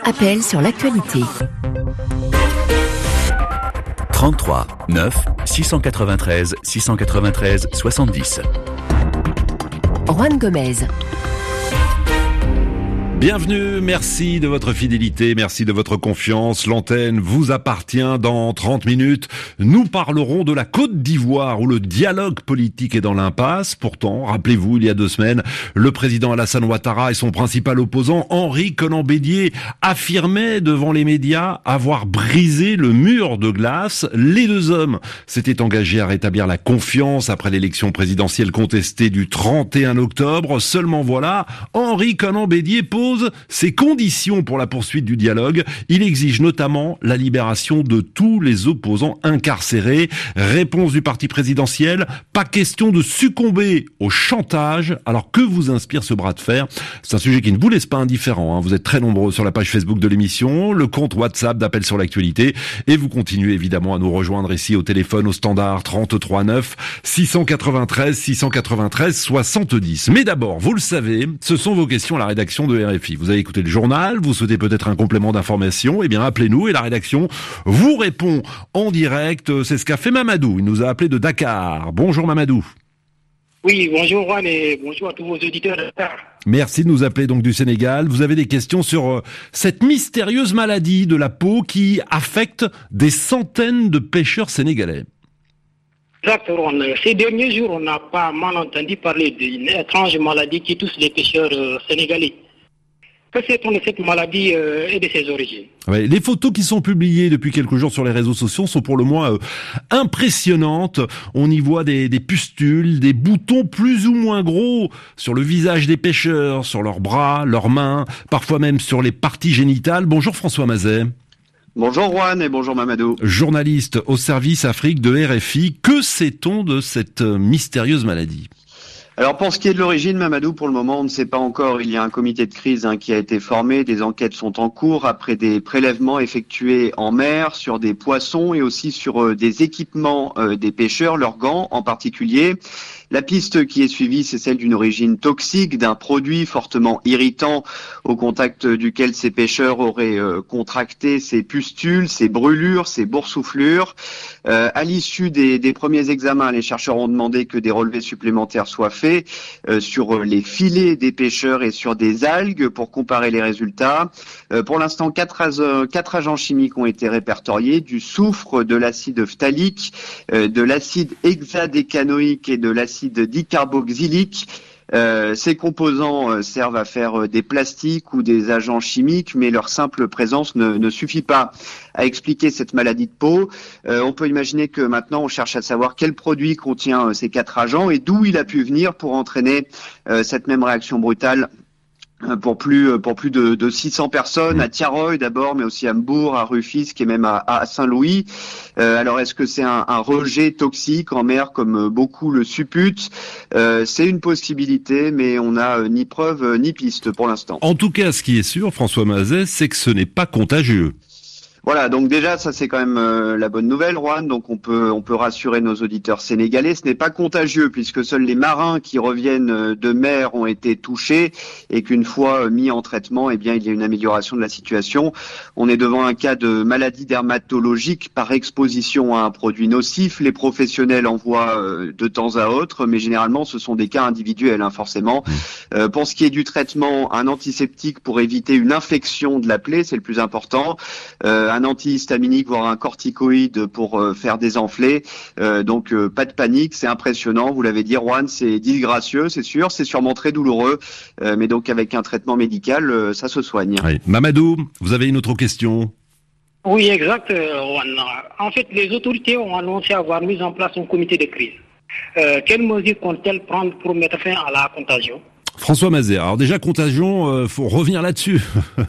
appel sur l'actualité. 33 9 693 693 70. Juan Gomez. Bienvenue, merci de votre fidélité, merci de votre confiance. L'antenne vous appartient. Dans 30 minutes, nous parlerons de la Côte d'Ivoire où le dialogue politique est dans l'impasse. Pourtant, rappelez-vous, il y a 2 semaines, le président Alassane Ouattara et son principal opposant Henri Konan Bédié affirmaient devant les médias avoir brisé le mur de glace. Les 2 hommes s'étaient engagés à rétablir la confiance après l'élection présidentielle contestée du 31 octobre. Seulement voilà, Henri Konan Bédié pose ses conditions pour la poursuite du dialogue. Il exige notamment la libération de tous les opposants incarcérés. Réponse du parti présidentiel, pas question de succomber au chantage. Alors que vous inspire ce bras de fer? C'est un sujet qui ne vous laisse pas indifférent. Vous êtes très nombreux sur la page Facebook de l'émission, le compte WhatsApp d'Appel sur l'actualité, et vous continuez évidemment à nous rejoindre ici au téléphone au standard 33 9 693 693 70. Mais d'abord, vous le savez, ce sont vos questions à la rédaction de RFI. Vous avez écouté le journal, vous souhaitez peut-être un complément d'information, eh bien appelez-nous et la rédaction vous répond en direct. C'est ce qu'a fait Mamadou, il nous a appelé de Dakar. Bonjour Mamadou. Oui, bonjour Juan et bonjour à tous vos auditeurs de Dakar. Merci de nous appeler donc du Sénégal. Vous avez des questions sur cette mystérieuse maladie de la peau qui affecte des centaines de pêcheurs sénégalais. Exactement. Ces derniers jours, on n'a pas mal entendu parler d'une étrange maladie qui touche les pêcheurs sénégalais. Que sait-on de cette maladie et de ses origines? Ouais, les photos qui sont publiées depuis quelques jours sur les réseaux sociaux sont pour le moins impressionnantes. On y voit des pustules, des boutons plus ou moins gros sur le visage des pêcheurs, sur leurs bras, leurs mains, parfois même sur les parties génitales. Bonjour François Mazet. Bonjour Juan et bonjour Mamadou. Journaliste au service Afrique de RFI, que sait-on de cette mystérieuse maladie ? Alors pour ce qui est de l'origine, Mamadou, pour le moment on ne sait pas encore. Il y a un comité de crise qui a été formé, des enquêtes sont en cours après des prélèvements effectués en mer sur des poissons et aussi sur des équipements des pêcheurs, leurs gants en particulier. La piste qui est suivie, c'est celle d'une origine toxique, d'un produit fortement irritant au contact duquel ces pêcheurs auraient contracté ces pustules, ces brûlures, ces boursouflures. À l'issue des premiers examens, les chercheurs ont demandé que des relevés supplémentaires soient faits sur les filets des pêcheurs et sur des algues pour comparer les résultats. Pour l'instant, 4 agents chimiques ont été répertoriés, du soufre, de l'acide phtalique, de l'acide hexadécanoïque et de l'acide dicarboxylique. Ces composants servent à faire des plastiques ou des agents chimiques, mais leur simple présence ne suffit pas à expliquer cette maladie de peau. On peut imaginer que maintenant on cherche à savoir quel produit contient ces 4 agents et d'où il a pu venir pour entraîner cette même réaction brutale pour plus de 600 personnes, à Tiaroy d'abord, mais aussi à Mbour, à Rufisque et même à Saint-Louis. Alors est-ce que c'est un rejet toxique en mer comme beaucoup le supputent? C'est une possibilité, mais on n'a ni preuve ni piste pour l'instant. En tout cas, ce qui est sûr, François Mazet, c'est que ce n'est pas contagieux. Voilà, donc déjà ça c'est quand même la bonne nouvelle, Juan. Donc on peut rassurer nos auditeurs sénégalais, ce n'est pas contagieux puisque seuls les marins qui reviennent de mer ont été touchés et qu'une fois mis en traitement, eh bien il y a une amélioration de la situation. On est devant un cas de maladie dermatologique par exposition à un produit nocif. Les professionnels en voient de temps à autre, mais généralement ce sont des cas individuels, forcément. Pour ce qui est du traitement, un antiseptique pour éviter une infection de la plaie, c'est le plus important. Un antihistaminique, voire un corticoïde pour faire désenfler. Donc pas de panique, c'est impressionnant. Vous l'avez dit, Juan, c'est disgracieux, c'est sûr, c'est sûrement très douloureux, mais donc avec un traitement médical, ça se soigne. Oui. Mamadou, vous avez une autre question? Oui, exact, Juan. En fait, les autorités ont annoncé avoir mis en place un comité de crise. Quelles mesures comptent-elles prendre pour mettre fin à la contagion? François Mazet, alors déjà contagion, faut revenir là-dessus.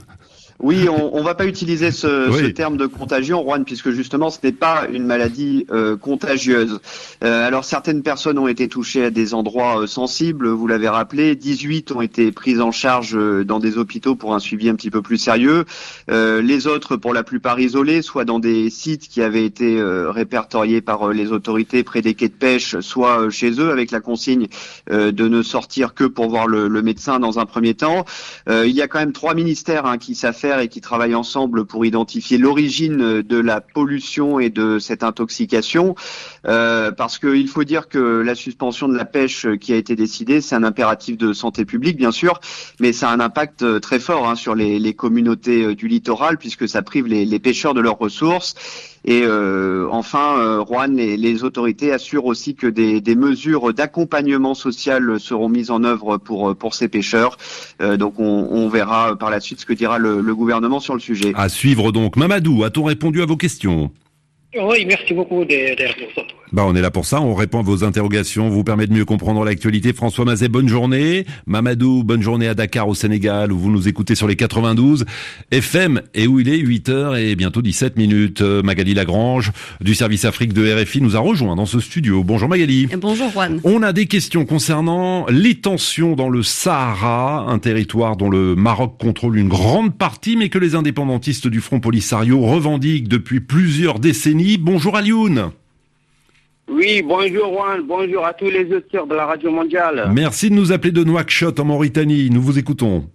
Oui, on va pas utiliser ce terme de contagion, Juan, puisque justement ce n'est pas une maladie contagieuse. Alors certaines personnes ont été touchées à des endroits sensibles, vous l'avez rappelé, 18 ont été prises en charge dans des hôpitaux pour un suivi un petit peu plus sérieux. Les autres, pour la plupart isolés, soit dans des sites qui avaient été répertoriés par les autorités près des quais de pêche, soit chez eux avec la consigne de ne sortir que pour voir le médecin dans un premier temps. Il y a quand même 3 ministères qui s'affairent d'affaires et qui travaillent ensemble pour identifier l'origine de la pollution et de cette intoxication. Parce qu'il faut dire que la suspension de la pêche qui a été décidée, c'est un impératif de santé publique, bien sûr, mais ça a un impact très fort sur les communautés du littoral, puisque ça prive les pêcheurs de leurs ressources. Et enfin, Juan, les autorités assurent aussi que des mesures d'accompagnement social seront mises en œuvre pour ces pêcheurs. Donc on verra par la suite ce que dira le gouvernement sur le sujet. À suivre donc. Mamadou, a-t-on répondu à vos questions ? Oui, merci beaucoup des réponses. On est là pour ça, on répond à vos interrogations, vous permet de mieux comprendre l'actualité. François Mazet, bonne journée. Mamadou, bonne journée à Dakar au Sénégal, où vous nous écoutez sur les 92 FM et où il est 8h et bientôt 17 minutes. Magali Lagrange, du service Afrique de RFI, nous a rejoint dans ce studio. Bonjour Magali. Bonjour Juan. On a des questions concernant les tensions dans le Sahara, un territoire dont le Maroc contrôle une grande partie, mais que les indépendantistes du Front Polisario revendiquent depuis plusieurs décennies. Bonjour Alioune. Oui, bonjour Juan, bonjour à tous les auditeurs de la Radio Mondiale. Merci de nous appeler de Nouakchott en Mauritanie, nous vous écoutons.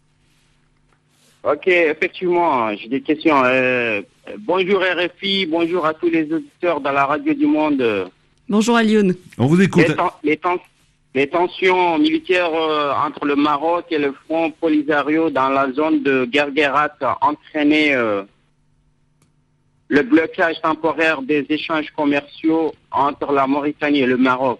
Ok, effectivement, j'ai des questions. Bonjour RFI, bonjour à tous les auditeurs de la Radio du Monde. Bonjour Alioune. On vous écoute. Les tensions militaires entre le Maroc et le Front Polisario dans la zone de Guerguerat ont entraîné le blocage temporaire des échanges commerciaux entre la Mauritanie et le Maroc.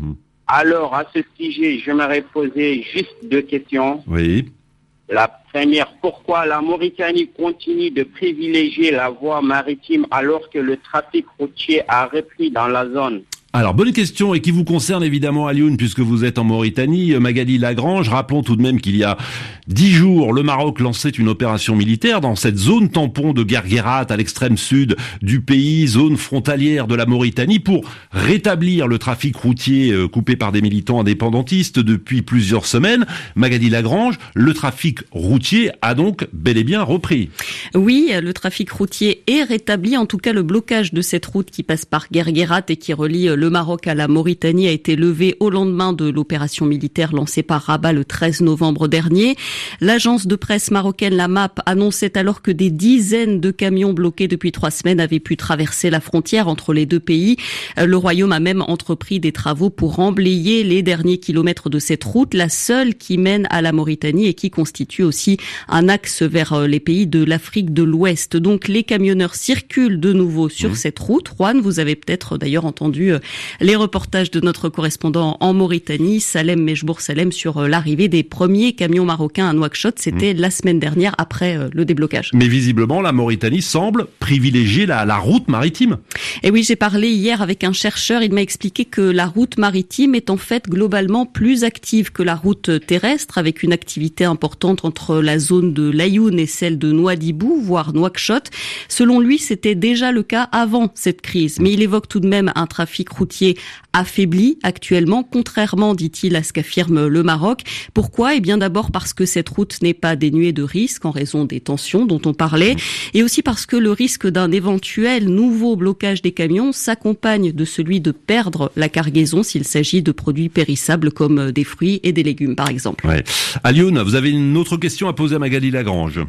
Alors, à ce sujet, j'aimerais poser juste deux questions. Oui. La première, pourquoi la Mauritanie continue de privilégier la voie maritime alors que le trafic routier a repris dans la zone ? Alors, bonne question et qui vous concerne évidemment, Alioune, puisque vous êtes en Mauritanie. Magali Lagrange, rappelons tout de même qu'il y a 10 jours, le Maroc lançait une opération militaire dans cette zone tampon de Guerguerat, à l'extrême sud du pays, zone frontalière de la Mauritanie, pour rétablir le trafic routier coupé par des militants indépendantistes depuis plusieurs semaines. Magali Lagrange, le trafic routier a donc bel et bien repris. Oui, le trafic routier est rétabli. En tout cas, le blocage de cette route qui passe par Guerguerat et qui relie le Maroc à la Mauritanie a été levé au lendemain de l'opération militaire lancée par Rabat le 13 novembre dernier. L'agence de presse marocaine, la MAP, annonçait alors que des dizaines de camions bloqués depuis 3 semaines avaient pu traverser la frontière entre les deux pays. Le Royaume a même entrepris des travaux pour emblayer les derniers kilomètres de cette route, la seule qui mène à la Mauritanie et qui constitue aussi un axe vers les pays de l'Afrique de l'Ouest. Donc les camionneurs circulent de nouveau sur cette route. Juan, vous avez peut-être d'ailleurs entendu les reportages de notre correspondant en Mauritanie, Salem Mejbour Salem, sur l'arrivée des premiers camions marocains à Nouakchott. C'était la semaine dernière après le déblocage. Mais visiblement, la Mauritanie semble privilégier la route maritime. Et oui, j'ai parlé hier avec un chercheur. Il m'a expliqué que la route maritime est en fait globalement plus active que la route terrestre, avec une activité importante entre la zone de l'Aïoun et celle de Nouadhibou, voire Nouakchott. Selon lui, c'était déjà le cas avant cette crise. Mais il évoque tout de même un trafic routier affaibli actuellement, contrairement, dit-il, à ce qu'affirme le Maroc. Pourquoi ? Eh bien d'abord parce que cette route n'est pas dénuée de risques en raison des tensions dont on parlait, et aussi parce que le risque d'un éventuel nouveau blocage des camions s'accompagne de celui de perdre la cargaison s'il s'agit de produits périssables comme des fruits et des légumes par exemple. Ouais. Alioune, vous avez une autre question à poser à Magali Lagrange.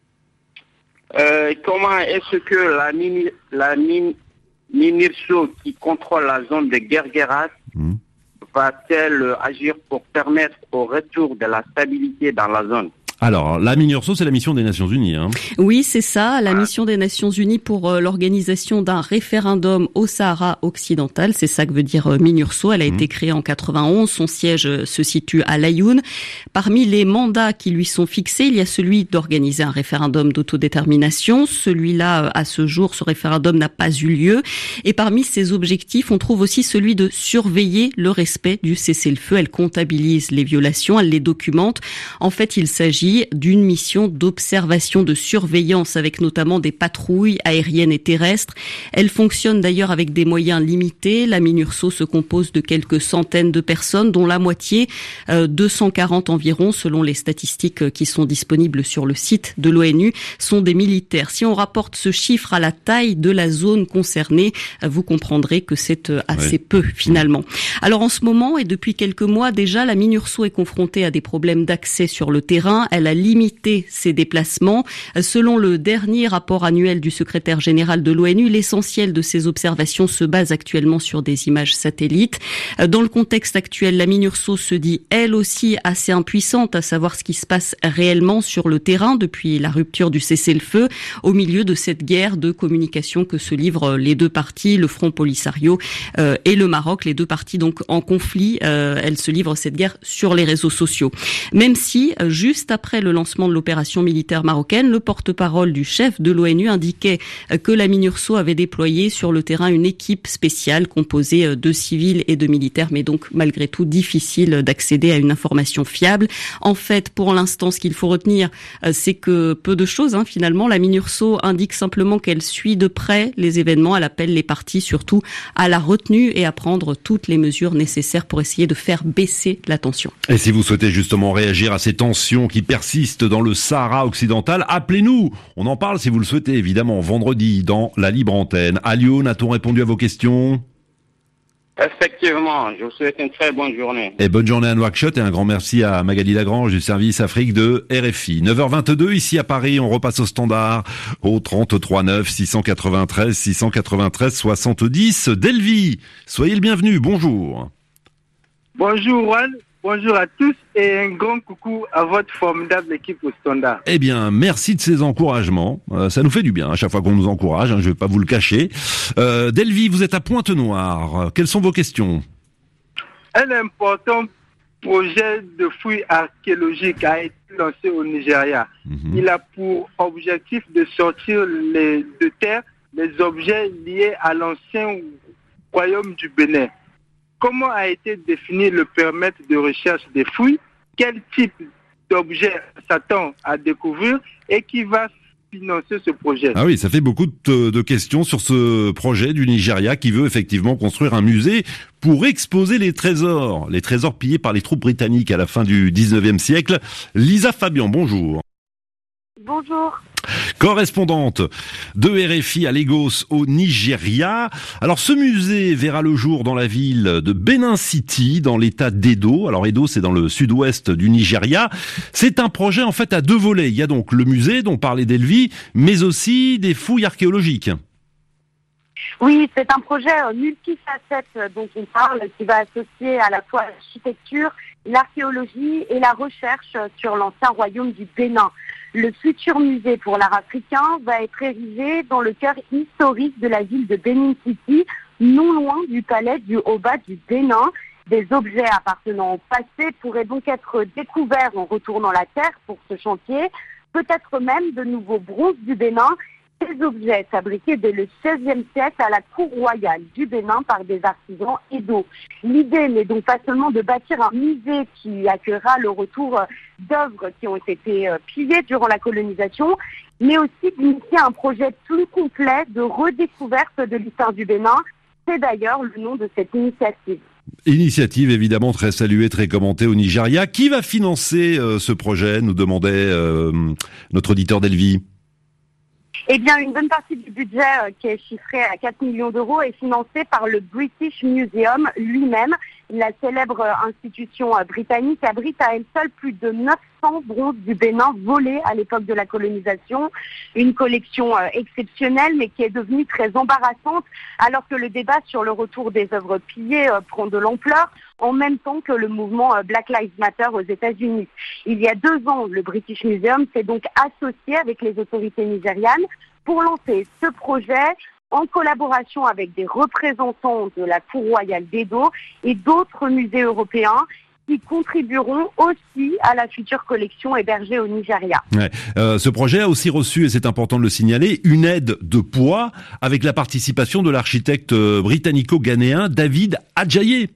Comment est-ce que la MINURSO qui contrôle la zone de Guerguerat va-t-elle agir pour permettre au retour de la stabilité dans la zone ? Alors, la MINURSO, c'est la mission des Nations Unies. Oui, c'est ça, la mission des Nations Unies pour l'organisation d'un référendum au Sahara occidental. C'est ça que veut dire MINURSO. Elle a été créée en 91. Son siège se situe à l'Aïoun. Parmi les mandats qui lui sont fixés, il y a celui d'organiser un référendum d'autodétermination. Celui-là, à ce jour, ce référendum n'a pas eu lieu. Et parmi ses objectifs, on trouve aussi celui de surveiller le respect du cessez-le-feu. Elle comptabilise les violations, elle les documente. En fait, il s'agit d'une mission d'observation, de surveillance avec notamment des patrouilles aériennes et terrestres. Elle fonctionne d'ailleurs avec des moyens limités. La MINURSO se compose de quelques centaines de personnes, dont la moitié, 240 environ, selon les statistiques qui sont disponibles sur le site de l'ONU, sont des militaires. Si on rapporte ce chiffre à la taille de la zone concernée, vous comprendrez que c'est assez peu finalement. Alors en ce moment et depuis quelques mois déjà, la MINURSO est confrontée à des problèmes d'accès sur le terrain. elle a limité ses déplacements. Selon le dernier rapport annuel du secrétaire général de l'ONU, l'essentiel de ces observations se base actuellement sur des images satellites. Dans le contexte actuel, la MINURSO se dit elle aussi assez impuissante à savoir ce qui se passe réellement sur le terrain depuis la rupture du cessez-le-feu au milieu de cette guerre de communication que se livrent les deux parties, le Front Polisario et le Maroc, les deux parties donc en conflit. Elles se livrent cette guerre sur les réseaux sociaux. Même si, juste après le lancement de l'opération militaire marocaine, le porte-parole du chef de l'ONU indiquait que la MINURSO avait déployé sur le terrain une équipe spéciale composée de civils et de militaires, mais donc malgré tout difficile d'accéder à une information fiable. En fait, pour l'instant, ce qu'il faut retenir, c'est que peu de choses, finalement. La MINURSO indique simplement qu'elle suit de près les événements. Elle appelle les parties surtout à la retenue et à prendre toutes les mesures nécessaires pour essayer de faire baisser la tension. Et si vous souhaitez justement réagir à ces tensions qui persistent dans le Sahara occidental, appelez-nous. On en parle si vous le souhaitez, évidemment, vendredi dans la libre antenne. À Lyon, a-t-on répondu à vos questions ? Effectivement, je vous souhaite une très bonne journée. Et bonne journée à Nouakchott et un grand merci à Magali Lagrange du service Afrique de RFI. 9h22 ici à Paris, on repasse au standard au 33 9 693 693 70. Delvi, soyez le bienvenu, bonjour. Bonjour Juan, bonjour à tous et un grand coucou à votre formidable équipe au standard. Eh bien, merci de ces encouragements. Ça nous fait du bien à chaque fois qu'on nous encourage, je ne vais pas vous le cacher. Delvi, vous êtes à Pointe-Noire. Quelles sont vos questions ? Un important projet de fouilles archéologiques a été lancé au Nigeria. Il a pour objectif de sortir de terre les objets liés à l'ancien royaume du Bénin. Comment a été défini le périmètre de recherche des fouilles? Quel type d'objet s'attend à découvrir et qui va financer ce projet? Ah oui, ça fait beaucoup de questions sur ce projet du Nigeria qui veut effectivement construire un musée pour exposer les trésors pillés par les troupes britanniques à la fin du 19e siècle. Lisa Fabian, bonjour. Bonjour. Correspondante de RFI à Lagos au Nigeria. Alors ce musée verra le jour dans la ville de Benin City, dans l'état d'Edo. Alors Edo, c'est dans le sud-ouest du Nigeria. C'est un projet en fait à deux volets. Il y a donc le musée dont parlait Delvi, mais aussi des fouilles archéologiques. Oui, c'est un projet multifacette dont on parle, qui va associer à la fois l'architecture, l'archéologie et la recherche sur l'ancien royaume du Bénin. Le futur musée pour l'art africain va être érigé dans le cœur historique de la ville de Benin City, non loin du palais du Oba du Bénin. Des objets appartenant au passé pourraient donc être découverts en retournant la terre pour ce chantier, peut-être même de nouveaux bronzes du Bénin. Ces objets fabriqués dès le XVIe siècle à la cour royale du Bénin par des artisans Edo. L'idée n'est donc pas seulement de bâtir un musée qui accueillera le retour d'œuvres qui ont été pillées durant la colonisation, mais aussi d'initier un projet plus complet de redécouverte de l'histoire du Bénin. C'est d'ailleurs le nom de cette initiative. Initiative évidemment très saluée, très commentée au Nigeria. Qui va financer ce projet, nous demandait notre auditeur Delvi. Eh bien, une bonne partie du budget qui est chiffré à 4 millions d'euros est financée par le British Museum lui-même. La célèbre institution britannique abrite à elle seule plus de 900 bronzes du Bénin volés à l'époque de la colonisation. Une collection exceptionnelle mais qui est devenue très embarrassante alors que le débat sur le retour des œuvres pillées prend de l'ampleur en même temps que le mouvement Black Lives Matter aux États-Unis. Il y a 2 ans, le British Museum s'est donc associé avec les autorités nigérianes pour lancer ce projet en collaboration avec des représentants de la Cour royale d'Edo et d'autres musées européens qui contribueront aussi à la future collection hébergée au Nigeria. Ouais. Ce projet a aussi reçu, et c'est important de le signaler, une aide de poids avec la participation de l'architecte britannico-ghanéen David Adjaye.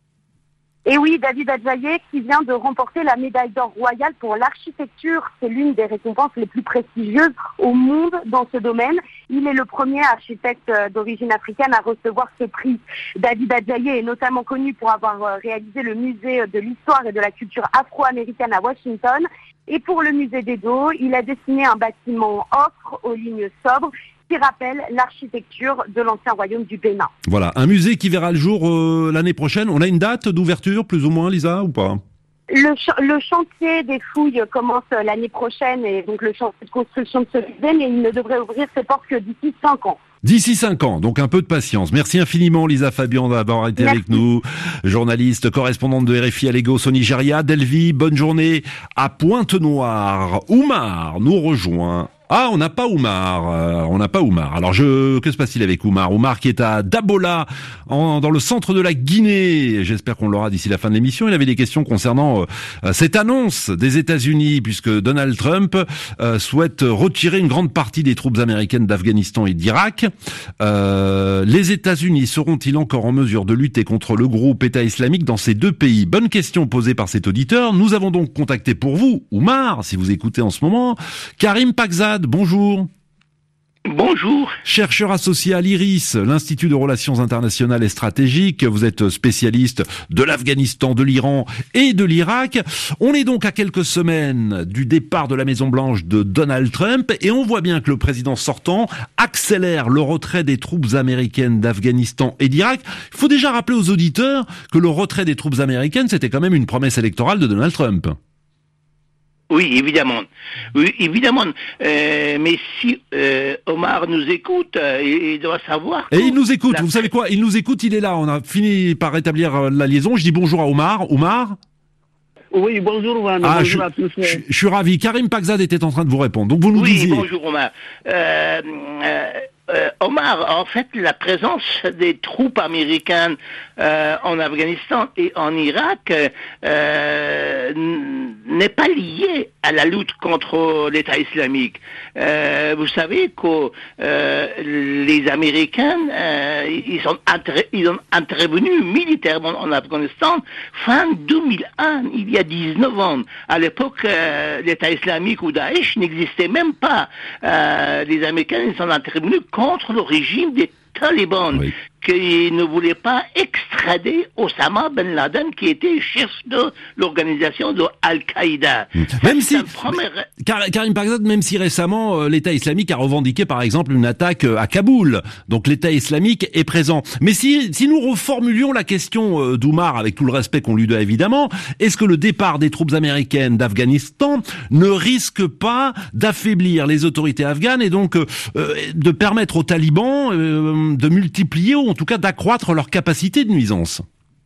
Et oui, David Adjaye qui vient de remporter la médaille d'or royale pour l'architecture. C'est l'une des récompenses les plus prestigieuses au monde dans ce domaine. Il est le premier architecte d'origine africaine à recevoir ce prix. David Adjaye est notamment connu pour avoir réalisé le musée de l'histoire et de la culture afro-américaine à Washington. Et pour le musée d'Edo, il a dessiné un bâtiment ocre aux lignes sobres qui rappelle l'architecture de l'ancien royaume du Bénin. Voilà, un musée qui verra le jour l'année prochaine. On a une date d'ouverture, plus ou moins, Lisa, ou pas ? Le chantier des fouilles commence l'année prochaine et donc le chantier de construction de celui-là, mais il ne devrait ouvrir ses portes que d'ici 5 ans. D'ici 5 ans, donc un peu de patience. Merci infiniment Lisa Fabian d'avoir été avec nous, journaliste, correspondante de RFI à Lagos au Nigeria. Delvi, bonne journée à Pointe-Noire. Oumar nous rejoint. Ah, on n'a pas Oumar. Alors que se passe-t-il avec Oumar? Oumar qui est à Dabola, dans le centre de la Guinée. J'espère qu'on l'aura d'ici la fin de l'émission. Il avait des questions concernant cette annonce des États-Unis, puisque Donald Trump souhaite retirer une grande partie des troupes américaines d'Afghanistan et d'Irak. Les États-Unis seront-ils encore en mesure de lutter contre le groupe État islamique dans ces deux pays? Bonne question posée par cet auditeur. Nous avons donc contacté pour vous, Oumar, si vous écoutez en ce moment, Karim Pakzad. Bonjour. Bonjour. Chercheur associé à l'IRIS, l'Institut de Relations Internationales et Stratégiques. Vous êtes spécialiste de l'Afghanistan, de l'Iran et de l'Irak. On est donc à quelques semaines du départ de la Maison-Blanche de Donald Trump et on voit bien que le président sortant accélère le retrait des troupes américaines d'Afghanistan et d'Irak. Il faut déjà rappeler aux auditeurs que le retrait des troupes américaines, c'était quand même une promesse électorale de Donald Trump. Oui, évidemment. Mais si Omar nous écoute, il doit savoir... Et il nous écoute, vous savez quoi? Il nous écoute, il est là. On a fini par rétablir la liaison. Je dis bonjour à Omar. Omar? Oui, bonjour, bonjour à tous. Je suis ravi. Karim Pakzad était en train de vous répondre. Donc vous nous disiez... Oui, bonjour Omar. Omar, en fait, la présence des troupes américaines en Afghanistan et en Irak n'est pas liée à la lutte contre l'État islamique. Vous savez que les Américains, ils ont intervenu militairement en Afghanistan fin 2001, il y a 19 ans. À l'époque, l'État islamique ou Daesh n'existait même pas. Les Américains, ils sont intervenus contre le régime des talibans, oui, qui ne voulaient pas extrader Osama Ben Laden, qui était chef de l'organisation de Al-Qaïda. Même si, Karim Pakzad, même si récemment l'État islamique a revendiqué par exemple une attaque à Kaboul, donc l'État islamique est présent. Mais si nous reformulions la question d'Oumar, avec tout le respect qu'on lui doit évidemment, est-ce que le départ des troupes américaines d'Afghanistan ne risque pas d'affaiblir les autorités afghanes et donc de permettre aux talibans de multiplier ou en tout cas d'accroître leur capacité de nuisance?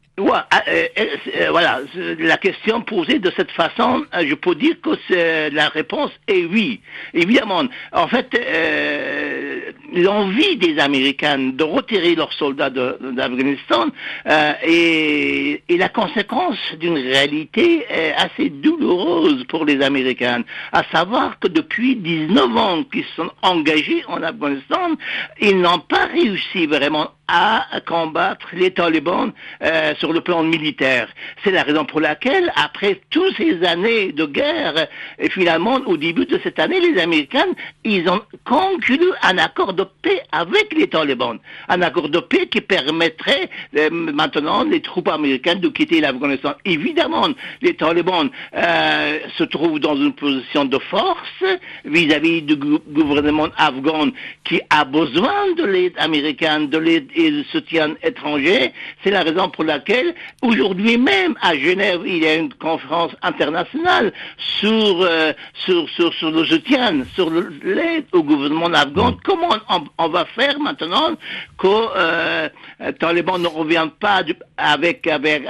Voilà, la question posée de cette façon, je peux dire que la réponse est oui. Évidemment, en fait, l'envie des Américains de retirer leurs soldats d'Afghanistan est la conséquence d'une réalité assez douloureuse pour les Américains, à savoir que depuis 19 ans qu'ils sont engagés en Afghanistan, ils n'ont pas réussi vraiment à combattre les talibans sur le plan militaire. C'est la raison pour laquelle, après toutes ces années de guerre, et finalement, au début de cette année, les Américains, ils ont conclu un accord de paix avec les talibans. Un accord de paix qui permettrait maintenant les troupes américaines de quitter l'Afghanistan. Évidemment, les talibans se trouvent dans une position de force vis-à-vis du gouvernement afghan qui a besoin de l'aide américaine, de l'aide et de soutien étranger. C'est la raison pour laquelle aujourd'hui même à Genève il y a une conférence internationale sur le soutien, sur l'aide au gouvernement afghan. Comment on va faire maintenant que Taliban ne revient pas avec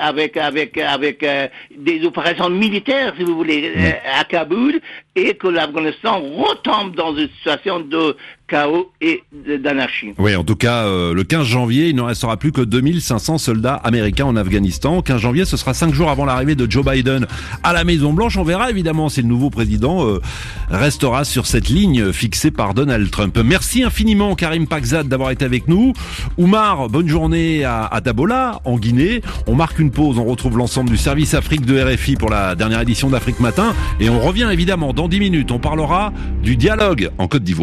des opérations militaires, si vous voulez, à Kaboul, et que l'Afghanistan retombe dans une situation de chaos et d'anarchie. Oui, en tout cas, le 15 janvier, il ne restera plus que 2500 soldats américains en Afghanistan. 15 janvier, ce sera 5 jours avant l'arrivée de Joe Biden à la Maison-Blanche. On verra évidemment si le nouveau président restera sur cette ligne fixée par Donald Trump. Merci infiniment, Karim Pakzad, d'avoir été avec nous. Oumar, bonne journée à Dabola, en Guinée. On marque une pause, on retrouve l'ensemble du service Afrique de RFI pour la dernière édition d'Afrique Matin. Et on revient évidemment dans 10 minutes. On parlera du dialogue en Côte d'Ivoire.